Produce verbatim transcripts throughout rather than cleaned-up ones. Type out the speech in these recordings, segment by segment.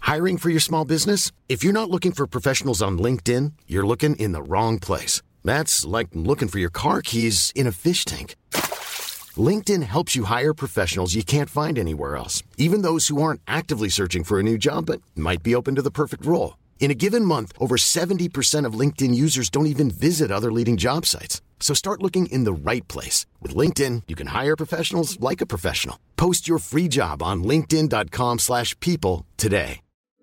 Hiring for your small business? If you're not looking for professionals on LinkedIn, you're looking in the wrong place. That's like looking for your car keys in a fish tank. LinkedIn helps you hire professionals you can't find anywhere else, even those who aren't actively searching for a new job but might be open to the perfect role. In a given month, over seventy percent of LinkedIn users don't even visit other leading job sites. So start looking in the right place. With LinkedIn, you can hire professionals like a professional. Post your free job on linkedin.com slash people today.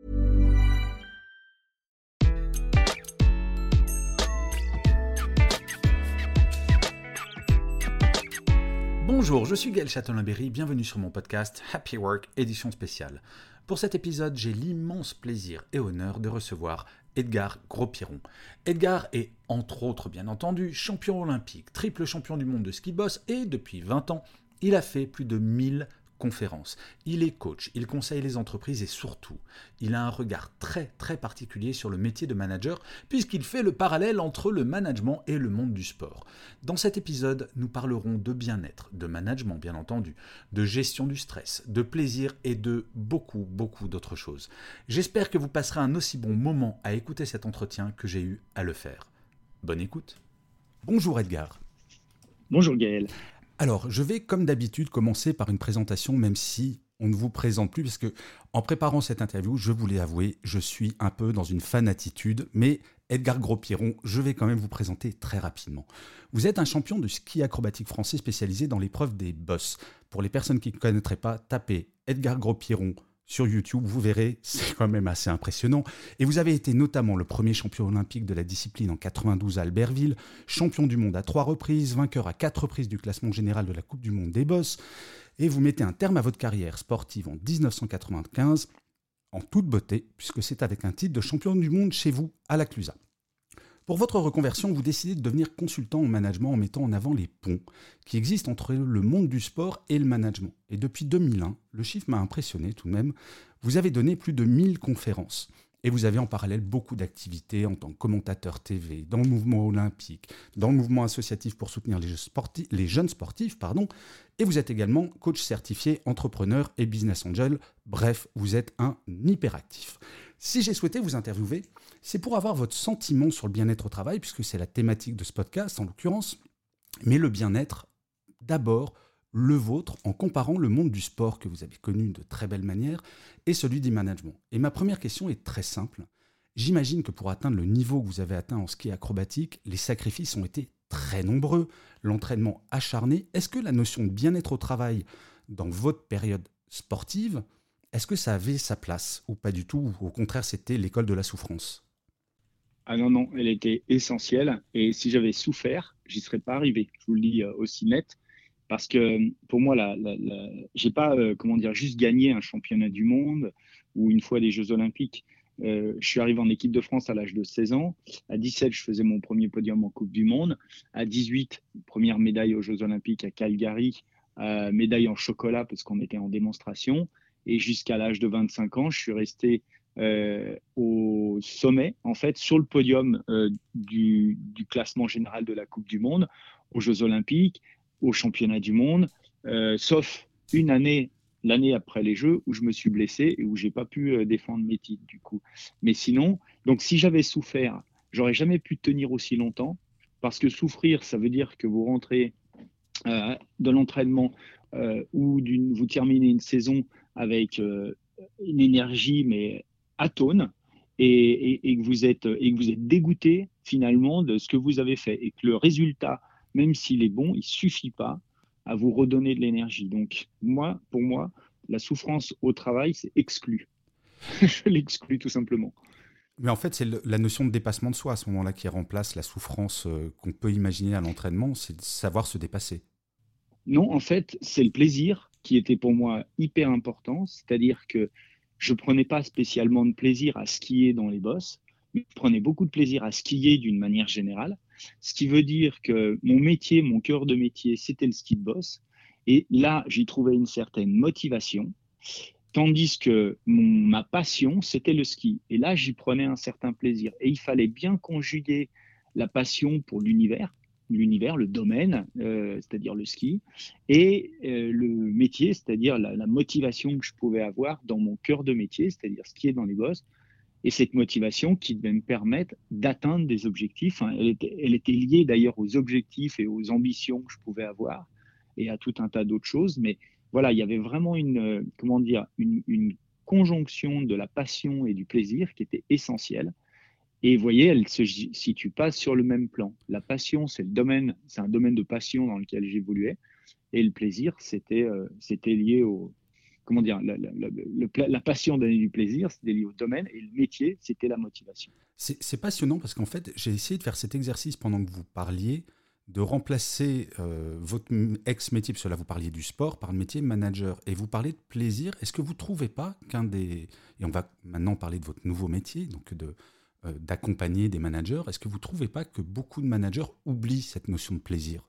Bonjour, je suis Gaël Châtelain-Berry, bienvenue sur mon podcast Happy Work, édition spéciale. Pour cet épisode, j'ai l'immense plaisir et honneur de recevoir Edgar Gros-Piron. Edgar est, entre autres bien entendu, champion olympique, triple champion du monde de ski de boss et depuis vingt ans, il a fait plus de mille conférences. Il est coach, il conseille les entreprises et surtout, il a un regard très très particulier sur le métier de manager puisqu'il fait le parallèle entre le management et le monde du sport. Dans cet épisode, nous parlerons de bien-être, de management bien entendu, de gestion du stress, de plaisir et de beaucoup beaucoup d'autres choses. J'espère que vous passerez un aussi bon moment à écouter cet entretien que j'ai eu à le faire. Bonne écoute. Bonjour Edgar. Bonjour Gaël. Alors, je vais comme d'habitude commencer par une présentation, même si on ne vous présente plus, parce que en préparant cette interview, je vous l'ai avoué, je suis un peu dans une fan-attitude, mais Edgar Gros-Piron, je vais quand même vous présenter très rapidement. Vous êtes un champion de ski acrobatique français spécialisé dans l'épreuve des bosses. Pour les personnes qui ne connaîtraient pas, tapez Edgar Gros-Piron sur YouTube, vous verrez, c'est quand même assez impressionnant. Et vous avez été notamment le premier champion olympique de la discipline en quatre-vingt-douze à Albertville, champion du monde à trois reprises, vainqueur à quatre reprises du classement général de la Coupe du monde des bosses. Et vous mettez un terme à votre carrière sportive en dix-neuf cent quatre-vingt-quinze, en toute beauté, puisque c'est avec un titre de champion du monde chez vous, à la Clusaz. Pour votre reconversion, vous décidez de devenir consultant en management en mettant en avant les ponts qui existent entre le monde du sport et le management. Et depuis deux mille un, le chiffre m'a impressionné tout de même, vous avez donné plus de mille conférences. Et vous avez en parallèle beaucoup d'activités en tant que commentateur T V, dans le mouvement olympique, dans le mouvement associatif pour soutenir les, sportifs, les jeunes sportifs. Pardon. Et vous êtes également coach certifié, entrepreneur et business angel. Bref, vous êtes un hyperactif. Si j'ai souhaité vous interviewer, c'est pour avoir votre sentiment sur le bien-être au travail, puisque c'est la thématique de ce podcast en l'occurrence, mais le bien-être, d'abord, le vôtre, en comparant le monde du sport que vous avez connu de très belle manière et celui du management. Et ma première question est très simple. J'imagine que pour atteindre le niveau que vous avez atteint en ski acrobatique, les sacrifices ont été très nombreux, l'entraînement acharné. Est-ce que la notion de bien-être au travail dans votre période sportive, est-ce que ça avait sa place ou pas du tout, ou au contraire c'était l'école de la souffrance ? Ah non, non, elle était essentielle. Et si j'avais souffert, j'y serais pas arrivé. Je vous le dis euh, aussi net. Parce que pour moi, la, la, la, j'ai pas, euh, comment dire, juste gagné un championnat du monde ou une fois des Jeux Olympiques. Euh, je suis arrivé en équipe de France à l'âge de seize ans. À dix-sept, je faisais mon premier podium en Coupe du Monde. À dix-huit, première médaille aux Jeux Olympiques à Calgary, euh, médaille en chocolat parce qu'on était en démonstration. Et jusqu'à l'âge de vingt-cinq ans, je suis resté euh, au sommet, en fait, sur le podium euh, du, du classement général de la Coupe du Monde, aux Jeux Olympiques, au championnat du monde, euh, sauf une année, l'année après les Jeux, où je me suis blessé et où j'ai pas pu euh, défendre mes titres, du coup. Mais sinon, donc si j'avais souffert, j'aurais jamais pu tenir aussi longtemps, parce que souffrir, ça veut dire que vous rentrez euh, de l'entraînement euh, ou d'une, vous terminez une saison avec euh, une énergie mais atone et, et, et que vous êtes et que vous êtes dégoûté finalement de ce que vous avez fait et que le résultat, même s'il est bon, il suffit pas à vous redonner de l'énergie. Donc moi, pour moi, la souffrance au travail, c'est exclu. Je l'exclus tout simplement. Mais en fait, c'est le, la notion de dépassement de soi à ce moment-là qui remplace la souffrance euh, qu'on peut imaginer à l'entraînement, c'est de savoir se dépasser. Non, en fait, c'est le plaisir qui était pour moi hyper important, c'est-à-dire que je prenais pas spécialement de plaisir à skier dans les bosses, mais je prenais beaucoup de plaisir à skier d'une manière générale, ce qui veut dire que mon métier, mon cœur de métier, c'était le ski de boss, et là, j'y trouvais une certaine motivation, tandis que mon, ma passion, c'était le ski, et là, j'y prenais un certain plaisir, et il fallait bien conjuguer la passion pour l'univers, l'univers, le domaine, euh, c'est-à-dire le ski, et euh, le métier, c'est-à-dire la, la motivation que je pouvais avoir dans mon cœur de métier, c'est-à-dire skier dans les bosses, et cette motivation qui devait me permettre d'atteindre des objectifs. Hein, elle, était, elle était liée d'ailleurs aux objectifs et aux ambitions que je pouvais avoir, et à tout un tas d'autres choses, mais voilà, il y avait vraiment une, euh, comment dire, une, une conjonction de la passion et du plaisir qui était essentielle. Et vous voyez, elle ne se situe pas sur le même plan. La passion, c'est le domaine, c'est un domaine de passion dans lequel j'évoluais. Et le plaisir, c'était euh, c'était lié au, comment dire, la, la, la, le, la passion donner du plaisir, c'était lié au domaine. Et le métier, c'était la motivation. C'est, c'est passionnant parce qu'en fait, j'ai essayé de faire cet exercice pendant que vous parliez, de remplacer euh, votre ex-métier, parce que là vous parliez du sport, par le métier manager. Et vous parlez de plaisir. Est-ce que vous ne trouvez pas qu'un des... Et on va maintenant parler de votre nouveau métier, donc de... d'accompagner des managers, est-ce que vous ne trouvez pas que beaucoup de managers oublient cette notion de plaisir?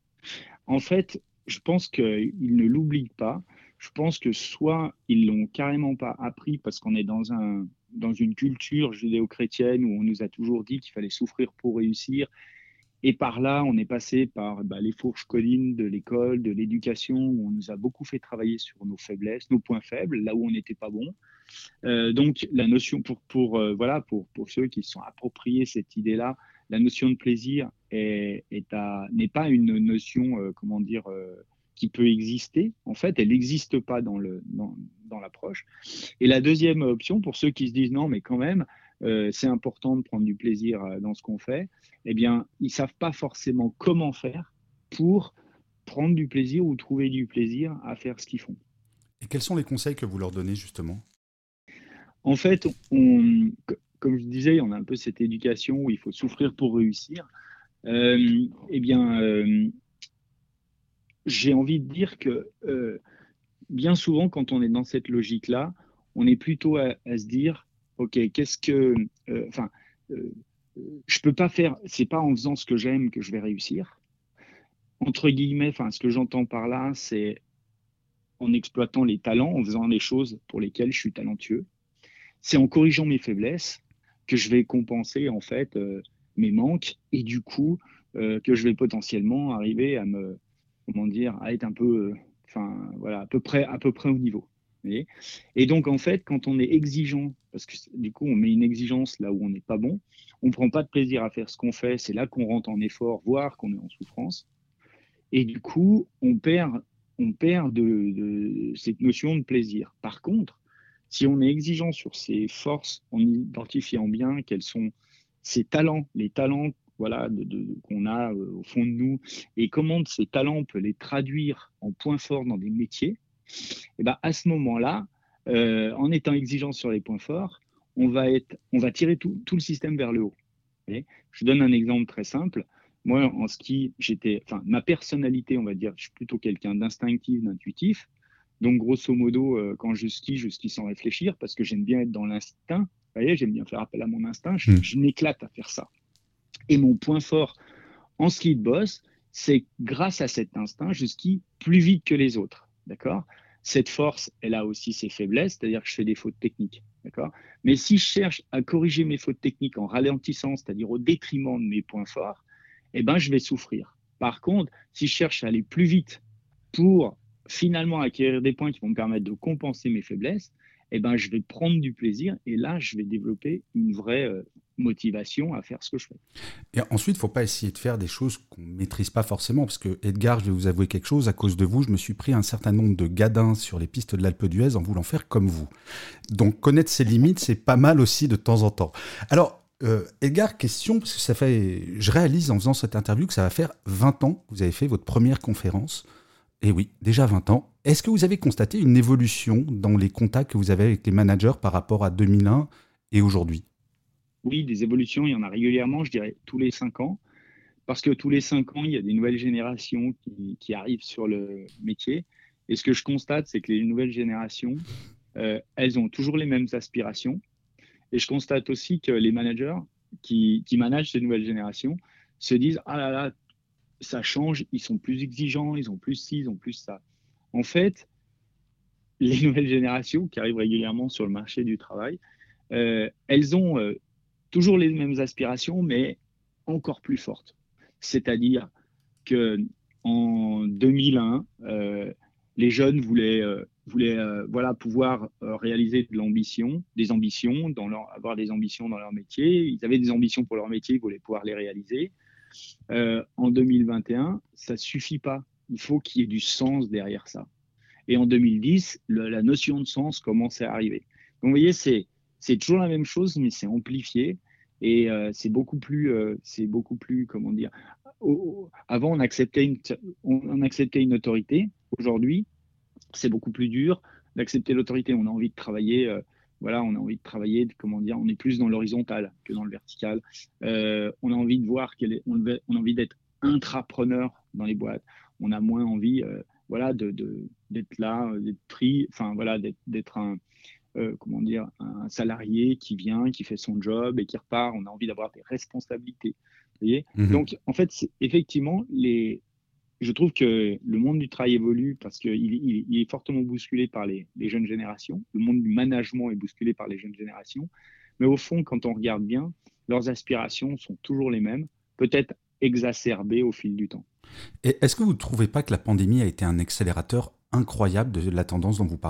En fait, je pense qu'ils ne l'oublient pas. Je pense que soit ils l'ont carrément pas appris parce qu'on est dans, un, dans une culture judéo-chrétienne où on nous a toujours dit qu'il fallait souffrir pour réussir. Et par là, on est passé par bah, les fourches codines de l'école, de l'éducation, où on nous a beaucoup fait travailler sur nos faiblesses, nos points faibles, là où on n'était pas bon. Euh, donc, la notion, pour, pour, euh, voilà, pour, pour ceux qui se sont appropriés cette idée-là, la notion de plaisir est, est à, n'est pas une notion, euh, comment dire, euh, qui peut exister. En fait, elle n'existe pas dans, le, dans, dans l'approche. Et la deuxième option, pour ceux qui se disent non, mais quand même, euh, c'est important de prendre du plaisir dans ce qu'on fait, eh bien, ils ne savent pas forcément comment faire pour prendre du plaisir ou trouver du plaisir à faire ce qu'ils font. Et quels sont les conseils que vous leur donnez justement? En fait, on, comme je disais, on a un peu cette éducation où il faut souffrir pour réussir. Euh, eh bien, euh, j'ai envie de dire que euh, bien souvent, quand on est dans cette logique-là, on est plutôt à, à se dire, OK, qu'est-ce que... Enfin, euh, euh, je peux pas faire... C'est pas en faisant ce que j'aime que je vais réussir. Entre guillemets, enfin, ce que j'entends par là, c'est en exploitant les talents, en faisant les choses pour lesquelles je suis talentueux. C'est en corrigeant mes faiblesses que je vais compenser en fait euh, mes manques et du coup euh, que je vais potentiellement arriver à me, comment dire, à être un peu, enfin euh, voilà, à peu près, à peu près au niveau. Vous voyez. Et donc en fait, quand on est exigeant, parce que du coup on met une exigence là où on n'est pas bon, on ne prend pas de plaisir à faire ce qu'on fait, c'est là qu'on rentre en effort, voire qu'on est en souffrance. Et du coup, on perd, on perd de, de cette notion de plaisir. Par contre, si on est exigeant sur ses forces, en identifiant bien quels sont ses talents, les talents voilà, de, de, qu'on a euh, au fond de nous, et comment ces talents on peut les traduire en points forts dans des métiers, et ben à ce moment-là, euh, en étant exigeant sur les points forts, on va, être, on va tirer tout, tout le système vers le haut. Okay. Je donne un exemple très simple. Moi, en ski, j'étais, enfin, ma personnalité, on va dire, je suis plutôt quelqu'un d'instinctif, d'intuitif. Donc, grosso modo, euh, quand je skie, je skie sans réfléchir parce que j'aime bien être dans l'instinct. Vous voyez, j'aime bien faire appel à mon instinct. Je, mmh. je m'éclate à faire ça. Et mon point fort en ski de boss, c'est grâce à cet instinct, je skie plus vite que les autres. D'accord ? Cette force, elle a aussi ses faiblesses, c'est-à-dire que je fais des fautes techniques. D'accord ? Mais si je cherche à corriger mes fautes techniques en ralentissant, c'est-à-dire au détriment de mes points forts, eh ben, je vais souffrir. Par contre, si je cherche à aller plus vite pour finalement acquérir des points qui vont me permettre de compenser mes faiblesses, eh ben, je vais prendre du plaisir et là, je vais développer une vraie euh, motivation à faire ce que je fais. Et ensuite, il ne faut pas essayer de faire des choses qu'on ne maîtrise pas forcément, parce que Edgar, je vais vous avouer quelque chose, à cause de vous, je me suis pris un certain nombre de gadins sur les pistes de l'Alpe d'Huez en voulant faire comme vous. Donc, connaître ses limites, c'est pas mal aussi de temps en temps. Alors, Euh, Edgar, question, parce que ça fait, je réalise en faisant cette interview que ça va faire vingt ans que vous avez fait votre première conférence. Et oui, déjà vingt ans. Est-ce que vous avez constaté une évolution dans les contacts que vous avez avec les managers par rapport à deux mille un et aujourd'hui ? Oui, des évolutions, il y en a régulièrement, je dirais tous les cinq ans. Parce que tous les cinq ans, il y a des nouvelles générations qui, qui arrivent sur le métier. Et ce que je constate, c'est que les nouvelles générations, euh, elles ont toujours les mêmes aspirations. Et je constate aussi que les managers qui, qui managent ces nouvelles générations se disent « Ah là là, ça change, ils sont plus exigeants, ils ont plus ci, ils ont plus ça. » En fait, les nouvelles générations qui arrivent régulièrement sur le marché du travail, euh, elles ont euh, toujours les mêmes aspirations, mais encore plus fortes. C'est-à-dire que en deux mille un, euh, les jeunes voulaient, euh, voulaient euh, voilà, pouvoir euh, réaliser de l'ambition, des ambitions, dans leur, avoir des ambitions dans leur métier. Ils avaient des ambitions pour leur métier, ils voulaient pouvoir les réaliser. Euh, en deux mille vingt et un, ça ne suffit pas. Il faut qu'il y ait du sens derrière ça. Et en deux mille dix, le, la notion de sens commence à arriver. Donc, vous voyez, c'est, c'est toujours la même chose, mais c'est amplifié. Et euh, c'est beaucoup plus, euh, c'est beaucoup plus, comment dire, au, avant, on acceptait, une, on, on acceptait une autorité. Aujourd'hui, c'est beaucoup plus dur d'accepter l'autorité. On a envie de travailler, euh, voilà, on a envie de travailler, comment dire, on est plus dans l'horizontal que dans le vertical. Euh, on a envie de voir, quel est, on, on a envie d'être intrapreneur dans les boîtes. On a moins envie, euh, voilà, de, de, d'être là, d'être pris, enfin voilà, d'être, d'être un, euh, comment dire, un salarié qui vient, qui fait son job et qui repart. On a envie d'avoir des responsabilités. Vous voyez. Mmh. Donc, en fait, c'est, effectivement, les, je trouve que le monde du travail évolue parce qu'il il, il est fortement bousculé par les, les jeunes générations. Le monde du management est bousculé par les jeunes générations. Mais au fond, quand on regarde bien, leurs aspirations sont toujours les mêmes, peut-être exacerbées au fil du temps. Et est-ce que vous ne trouvez pas que la pandémie a été un accélérateur incroyable de la tendance dont vous parlez ?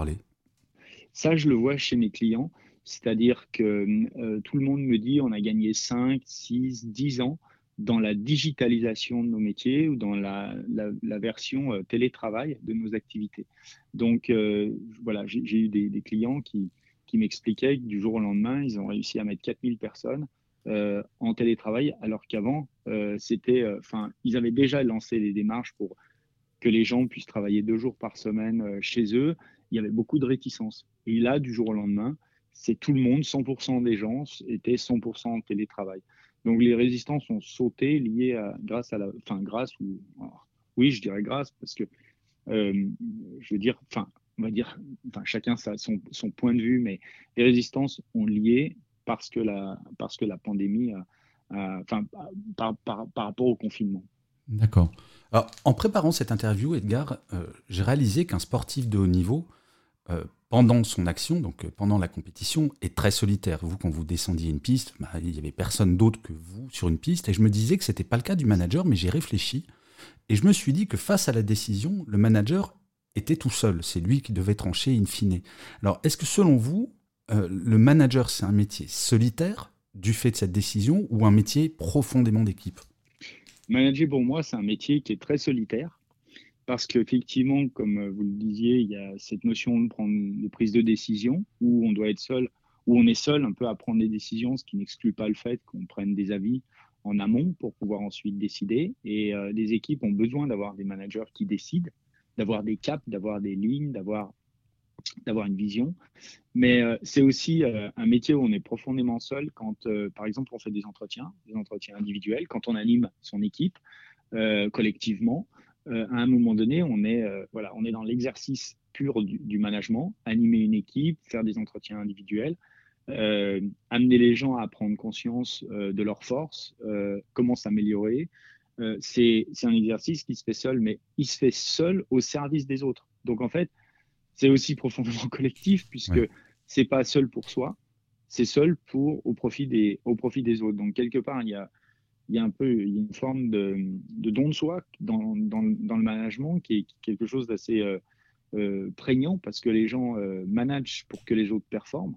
Ça, je le vois chez mes clients. C'est-à-dire que euh, tout le monde me dit on a gagné cinq, six, dix ans dans la digitalisation de nos métiers ou dans la, la, la version euh, télétravail de nos activités. Donc, euh, voilà, j'ai, j'ai eu des, des clients qui, qui m'expliquaient que du jour au lendemain, ils ont réussi à mettre quatre mille personnes euh, en télétravail, alors qu'avant, euh, c'était, enfin, euh, ils avaient déjà lancé des démarches pour que les gens puissent travailler deux jours par semaine euh, chez eux. Il y avait beaucoup de réticence. Et là, du jour au lendemain, c'est tout le monde, cent pour cent des gens étaient cent pour cent en télétravail. Donc les résistances ont sauté liées à, grâce à la, enfin grâce ou, alors, oui, je dirais grâce parce que, euh, je veux dire, enfin, on va dire, enfin chacun a son, son point de vue, mais les résistances ont lié parce que la, parce que la pandémie, a, a, enfin, par, par, par rapport au confinement. D'accord. Alors, en préparant cette interview, Edgar, euh, j'ai réalisé qu'un sportif de haut niveau, euh, pendant son action, donc euh, pendant la compétition, est très solitaire. Vous, quand vous descendiez une piste, bah, il n'y avait personne d'autre que vous sur une piste, et je me disais que ce n'était pas le cas du manager, mais j'ai réfléchi, et je me suis dit que face à la décision, le manager était tout seul. C'est lui qui devait trancher in fine. Alors, est-ce que selon vous, euh, le manager, c'est un métier solitaire du fait de cette décision, ou un métier profondément d'équipe ? Manager, pour moi, c'est un métier qui est très solitaire parce qu'effectivement, comme vous le disiez, il y a cette notion de prendre des prises de décision où on doit être seul, où on est seul un peu à prendre des décisions, ce qui n'exclut pas le fait qu'on prenne des avis en amont pour pouvoir ensuite décider. Et euh, les équipes ont besoin d'avoir des managers qui décident, d'avoir des caps, d'avoir des lignes, d'avoir d'avoir une vision. Mais euh, c'est aussi euh, un métier où on est profondément seul quand, euh, par exemple, on fait des entretiens, des entretiens individuels, quand on anime son équipe euh, collectivement. Euh, à un moment donné, on est, euh, voilà, on est dans l'exercice pur du, du management, animer une équipe, faire des entretiens individuels, euh, amener les gens à prendre conscience euh, de leurs forces, euh, comment s'améliorer. Euh, c'est, c'est un exercice qui se fait seul, mais il se fait seul au service des autres. Donc, en fait, c'est aussi profondément collectif puisque ouais. c'est pas seul pour soi, c'est seul pour au profit des au profit des autres. Donc quelque part il y a il y a un peu il y a une forme de, de don de soi dans, dans, dans le management qui est quelque chose d'assez euh, euh, prégnant parce que les gens euh, managent pour que les autres performent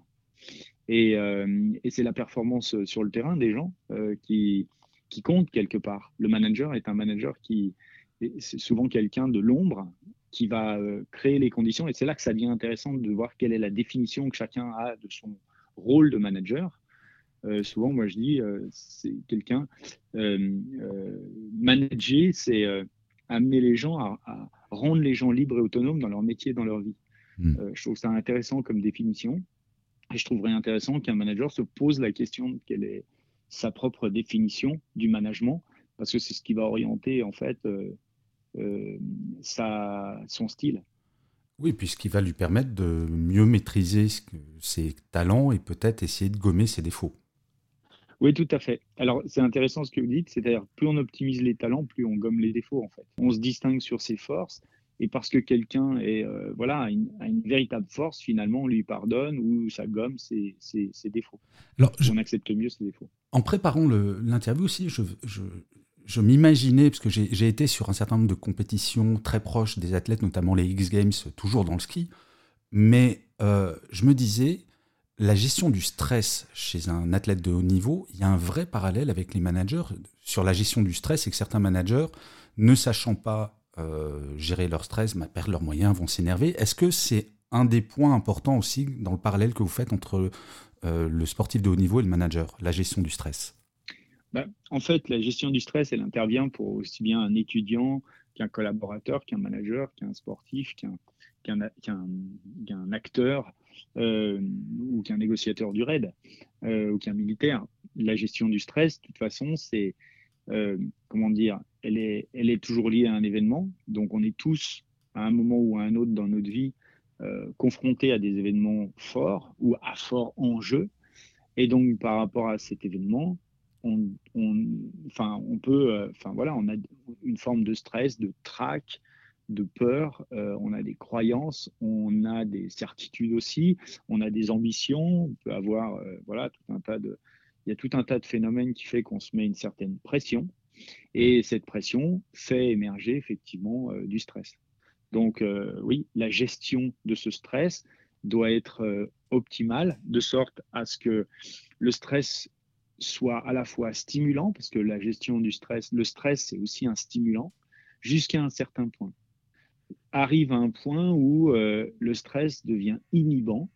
et, euh, et c'est la performance sur le terrain des gens euh, qui qui compte quelque part. Le manager est un manager qui c'est souvent quelqu'un de l'ombre qui va euh, créer les conditions. Et c'est là que ça devient intéressant de voir quelle est la définition que chacun a de son rôle de manager. Euh, souvent, moi, je dis, euh, c'est quelqu'un, euh, euh, manager, c'est euh, amener les gens à, à rendre les gens libres et autonomes dans leur métier, dans leur vie. Mmh. Euh, je trouve ça intéressant comme définition. Et je trouverais intéressant qu'un manager se pose la question de quelle est sa propre définition du management, parce que c'est ce qui va orienter, en fait, euh, Euh, sa, son style. Oui, puisqu'il va lui permettre de mieux maîtriser ses talents et peut-être essayer de gommer ses défauts. Oui, tout à fait. Alors, c'est intéressant ce que vous dites, c'est-à-dire plus on optimise les talents, plus on gomme les défauts, en fait. On se distingue sur ses forces, et parce que quelqu'un est, euh, voilà, a une, a une véritable force, finalement, on lui pardonne ou ça gomme ses, ses, ses défauts. Alors, je, on accepte mieux ses défauts. En préparant le, l'interview aussi, je, je, je m'imaginais, parce que j'ai, j'ai été sur un certain nombre de compétitions très proches des athlètes, notamment les X Games, toujours dans le ski, mais euh, je me disais, la gestion du stress chez un athlète de haut niveau, il y a un vrai parallèle avec les managers sur la gestion du stress, et que certains managers, ne sachant pas euh, gérer leur stress, bah, perdent leurs moyens, vont s'énerver. Est-ce que c'est un des points importants aussi dans le parallèle que vous faites entre euh, le sportif de haut niveau et le manager, la gestion du stress? Bah, en fait, la gestion du stress, elle intervient pour aussi bien un étudiant qu'un collaborateur, qu'un manager, qu'un sportif, qu'un qu'un qu'un qu'un acteur euh, ou qu'un négociateur du raid euh, ou qu'un militaire. La gestion du stress, de toute façon, c'est euh, comment dire, elle est, elle est toujours liée à un événement. Donc, on est tous à un moment ou à un autre dans notre vie euh, confrontés à des événements forts ou à fort enjeu. Et donc, par rapport à cet événement, on, on, enfin, on peut, euh, enfin voilà, on a une forme de stress, de trac, de peur. Euh, on a des croyances, on a des certitudes aussi, on a des ambitions. On peut avoir, euh, voilà, tout un tas de, il y a tout un tas de phénomènes qui fait qu'on se met une certaine pression, et cette pression fait émerger effectivement euh, du stress. Donc euh, oui, la gestion de ce stress doit être euh, optimale, de sorte à ce que le stress soit à la fois stimulant, parce que la gestion du stress, le stress, c'est aussi un stimulant, jusqu'à un certain point. Arrive à un point où euh, le stress devient inhibant.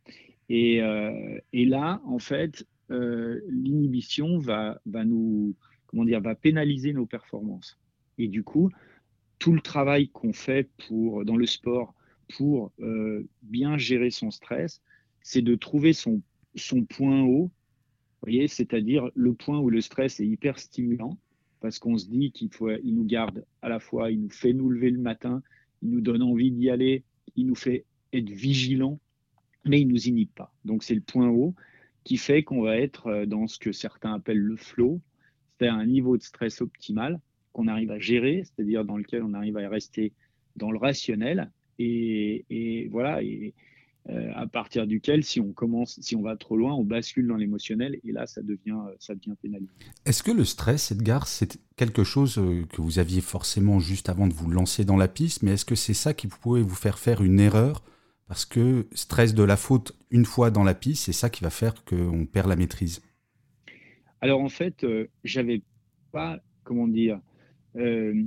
Et, euh, et là, en fait, euh, l'inhibition va, va nous, comment dire, va pénaliser nos performances. Et du coup, tout le travail qu'on fait pour, dans le sport pour euh, bien gérer son stress, c'est de trouver son, son point haut, voyez, c'est-à-dire le point où le stress est hyper stimulant, parce qu'on se dit qu'il faut, il nous garde à la fois, il nous fait nous lever le matin, il nous donne envie d'y aller, il nous fait être vigilant, mais il ne nous inhibe pas. Donc c'est le point haut qui fait qu'on va être dans ce que certains appellent le flow, c'est-à-dire un niveau de stress optimal qu'on arrive à gérer, c'est-à-dire dans lequel on arrive à rester dans le rationnel. Et, et voilà, et euh, à partir duquel, si on commence, si on va trop loin, on bascule dans l'émotionnel, et là, ça devient, ça devient pénalisant. Est-ce que le stress, Edgar, c'est quelque chose euh, que vous aviez forcément juste avant de vous lancer dans la piste, mais est-ce que c'est ça qui pouvait vous faire faire une erreur? Parce que stress de la faute une fois dans la piste, c'est ça qui va faire qu'on perd la maîtrise. Alors en fait, euh, j'avais pas, comment dire, euh,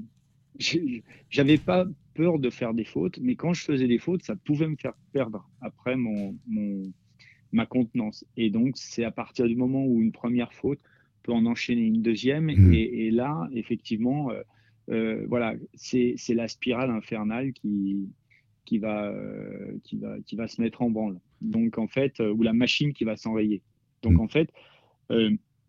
j'avais pas peur de faire des fautes, mais quand je faisais des fautes, ça pouvait me faire perdre après mon, mon ma contenance. Et donc, c'est à partir du moment où une première faute peut en enchaîner une deuxième. Mmh. Et, et là, effectivement, euh, euh, voilà, c'est la spirale infernale qui, qui, va, euh, qui, va, qui va se mettre en branle. Donc, en fait, euh, ou la machine qui va s'enrayer. Donc, Mmh. en fait, euh,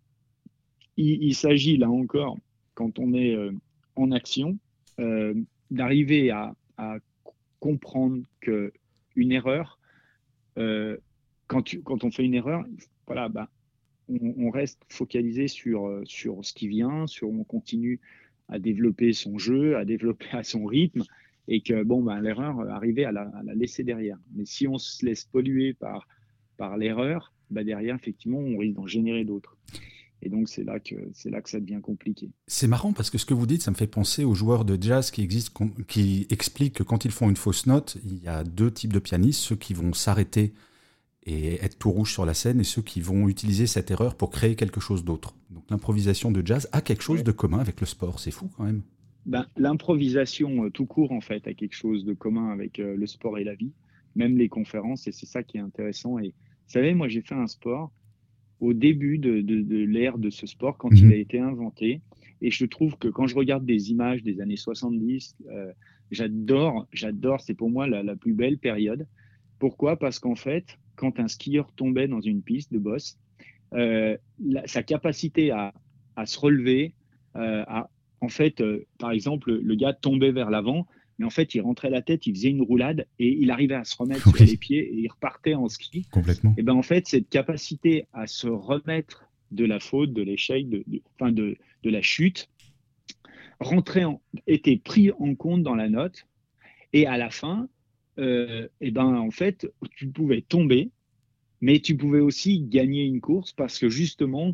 il, il s'agit là encore, quand on est euh, en action, euh, d'arriver à, à comprendre qu'une erreur, euh, quand, tu, quand on fait une erreur, voilà, bah, on, on reste focalisé sur, sur ce qui vient, sur on continue à développer son jeu, à développer à son rythme, et que bon, bah, l'erreur, arriver à la, à la laisser derrière. Mais si on se laisse polluer par, par l'erreur, bah, derrière, effectivement, on risque d'en générer d'autres. Et donc, c'est là, que, c'est là que ça devient compliqué. C'est marrant parce que ce que vous dites, ça me fait penser aux joueurs de jazz qui existent, qui expliquent que quand ils font une fausse note, il y a deux types de pianistes, ceux qui vont s'arrêter et être tout rouge sur la scène, et ceux qui vont utiliser cette erreur pour créer quelque chose d'autre. Donc l'improvisation de jazz a quelque chose Ouais. de commun avec le sport, c'est fou quand même. Ben, l'improvisation euh, tout court, en fait, a quelque chose de commun avec euh, le sport et la vie, même les conférences, et c'est ça qui est intéressant. Et vous savez, moi, j'ai fait un sport au début de, de, de l'ère de ce sport, quand Mmh. il a été inventé. Et je trouve que quand je regarde des images des années soixante-dix, euh, j'adore, j'adore, c'est pour moi la, la plus belle période. Pourquoi? Parce qu'en fait, quand un skieur tombait dans une piste de bosse, euh, la, sa capacité à, à se relever, euh, à, en fait, euh, par exemple, le gars tombait vers l'avant, mais en fait, il rentrait la tête, il faisait une roulade et il arrivait à se remettre Oui, sur les pieds et il repartait en ski. complètement. Et ben en fait, cette capacité à se remettre de la faute, de l'échec, de, de, enfin de, de la chute, rentrait en, était pris en compte dans la note. Et à la fin, euh, et ben en fait, tu pouvais tomber, mais tu pouvais aussi gagner une course parce que justement,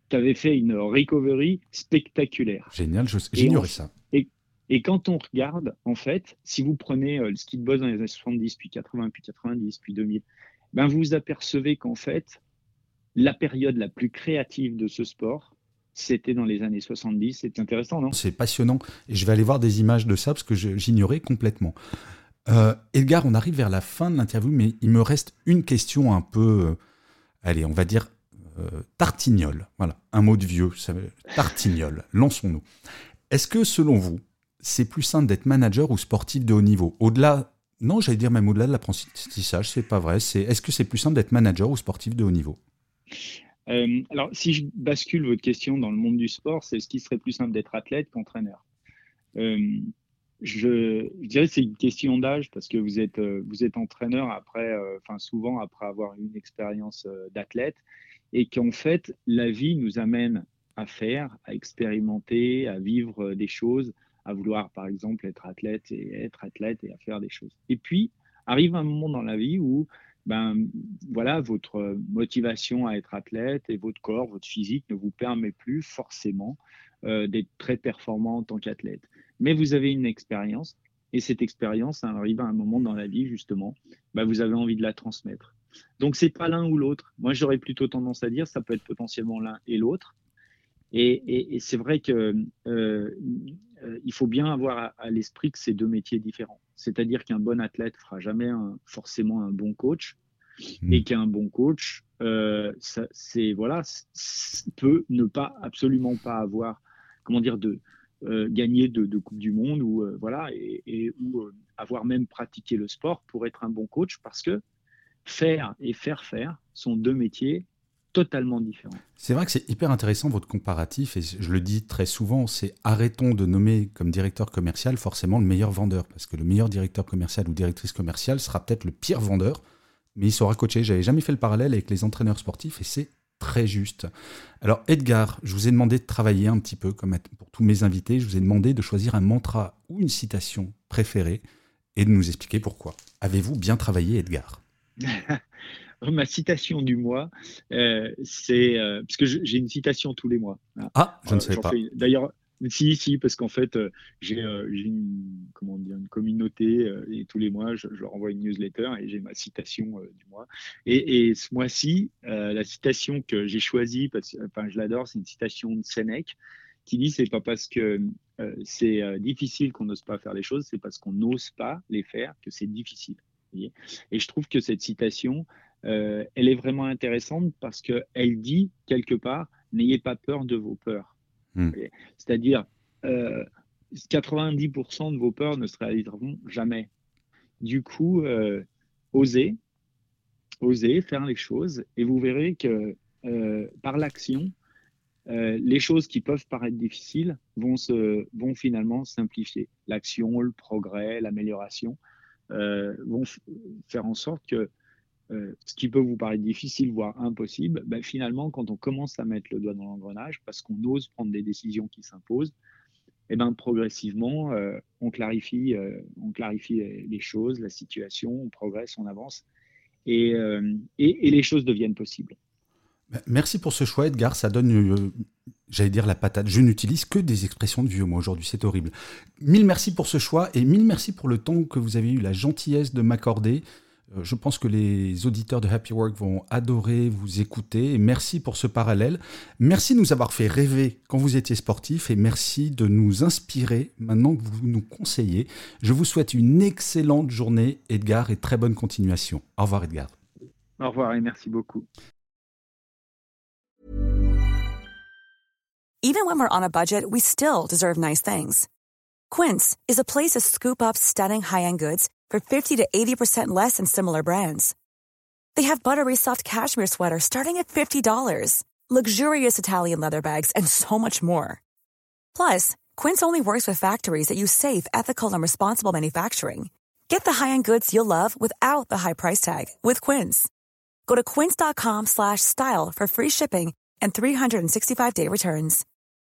tu avais fait une recovery spectaculaire. Génial, je, j'ignorais et on, ça. Et, et quand on regarde, en fait, si vous prenez euh, le ski de boss dans les années soixante-dix, puis quatre-vingts, puis quatre-vingt-dix, puis deux mille, ben vous vous apercevez qu'en fait, la période la plus créative de ce sport, c'était dans les années soixante-dix. C'est intéressant, non ? C'est passionnant. Et je vais aller voir des images de ça parce que je, j'ignorais complètement. Euh, Edgar, on arrive vers la fin de l'interview, mais il me reste une question un peu, euh, allez, on va dire euh, tartignole. Voilà, un mot de vieux, ça veut, tartignole. Lançons-nous. Est-ce que, selon vous, c'est plus simple d'être manager ou sportif de haut niveau ? Au-delà, non, j'allais dire même au-delà de l'apprentissage, c'est pas vrai. C'est, est-ce que c'est plus simple d'être manager ou sportif de haut niveau ? Euh, alors, si je bascule votre question dans le monde du sport, c'est ce qui serait plus simple d'être athlète qu'entraîneur. Euh, je, je dirais que c'est une question d'âge parce que vous êtes, euh, vous êtes entraîneur après, euh, enfin souvent après avoir eu une expérience euh, d'athlète, et qu'en fait, la vie nous amène à faire, à expérimenter, à vivre euh, des choses, à vouloir par exemple être athlète et être athlète et à faire des choses. Et puis, arrive un moment dans la vie où ben voilà, votre motivation à être athlète et votre corps, votre physique ne vous permet plus forcément euh, d'être très performant en tant qu'athlète. Mais vous avez une expérience et cette expérience arrive à un moment dans la vie justement, ben vous avez envie de la transmettre. Donc c'est pas l'un ou l'autre. Moi j'aurais plutôt tendance à dire ça peut être potentiellement l'un et l'autre. Et, et, et c'est vrai que euh, euh, il faut bien avoir à, à l'esprit que c'est deux métiers différents. C'est-à-dire qu'un bon athlète fera jamais un, forcément un bon coach, mmh. et qu'un bon coach, euh, ça, c'est voilà, c'est, peut ne pas absolument pas avoir, comment dire, de euh, gagner de, de coupe du monde ou euh, voilà, et, et ou euh, avoir même pratiqué le sport pour être un bon coach, parce que faire et faire faire sont deux métiers totalement différent. C'est vrai que c'est hyper intéressant votre comparatif, et je le dis très souvent, c'est arrêtons de nommer comme directeur commercial forcément le meilleur vendeur, parce que le meilleur directeur commercial ou directrice commerciale sera peut-être le pire vendeur, mais il saura coacher. J'avais jamais fait le parallèle avec les entraîneurs sportifs et c'est très juste. Alors Edgar, je vous ai demandé de travailler un petit peu, comme pour tous mes invités, je vous ai demandé de choisir un mantra ou une citation préférée et de nous expliquer pourquoi. Avez-vous bien travaillé, Edgar ? Ma citation du mois, euh, c'est euh, parce que je, j'ai une citation tous les mois. Ah, je euh, ne savais pas. Fais, d'ailleurs, si, si, parce qu'en fait, euh, j'ai, euh, j'ai une, comment dire, une communauté euh, et tous les mois, je, je leur envoie une newsletter et j'ai ma citation euh, du mois. Et, et ce mois-ci, euh, la citation que j'ai choisie, parce, enfin, je l'adore, c'est une citation de Sénèque qui dit c'est pas parce que euh, c'est euh, difficile qu'on n'ose pas faire les choses, c'est parce qu'on n'ose pas les faire que c'est difficile. Et je trouve que cette citation, euh, elle est vraiment intéressante parce qu'elle dit quelque part, n'ayez pas peur de vos peurs. Mmh. C'est-à-dire, euh, quatre-vingt-dix pour cent de vos peurs ne se réaliseront jamais. Du coup, euh, osez, osez faire les choses et vous verrez que euh, par l'action, euh, les choses qui peuvent paraître difficiles vont, se, vont finalement simplifier. L'action, le progrès, l'amélioration. Euh, vont f- faire en sorte que euh, ce qui peut vous paraître difficile, voire impossible, ben finalement, quand on commence à mettre le doigt dans l'engrenage, parce qu'on ose prendre des décisions qui s'imposent, et ben progressivement, euh, on clarifie, euh, on clarifie les, les choses, la situation, on progresse, on avance, et, euh, et, et les choses deviennent possibles. Merci pour ce choix, Edgar. Ça donne, euh, j'allais dire la patate. Je n'utilise que des expressions de vieux, moi, aujourd'hui. C'est horrible. Mille merci pour ce choix et mille merci pour le temps que vous avez eu la gentillesse de m'accorder. Euh, je pense que les auditeurs de Happy Work vont adorer vous écouter. Et merci pour ce parallèle. Merci de nous avoir fait rêver quand vous étiez sportif et merci de nous inspirer maintenant que vous nous conseillez. Je vous souhaite une excellente journée, Edgar, et très bonne continuation. Au revoir, Edgar. Au revoir et merci beaucoup. Even when we're on a budget, we still deserve nice things. Quince is a place to scoop up stunning high-end goods for fifty to eighty percent less than similar brands. They have buttery soft cashmere sweaters starting at fifty dollars, luxurious Italian leather bags, and so much more. Plus, Quince only works with factories that use safe, ethical, and responsible manufacturing. Get the high-end goods you'll love without the high price tag with Quince. Go to quince dot com slash style for free shipping and three sixty-five day returns.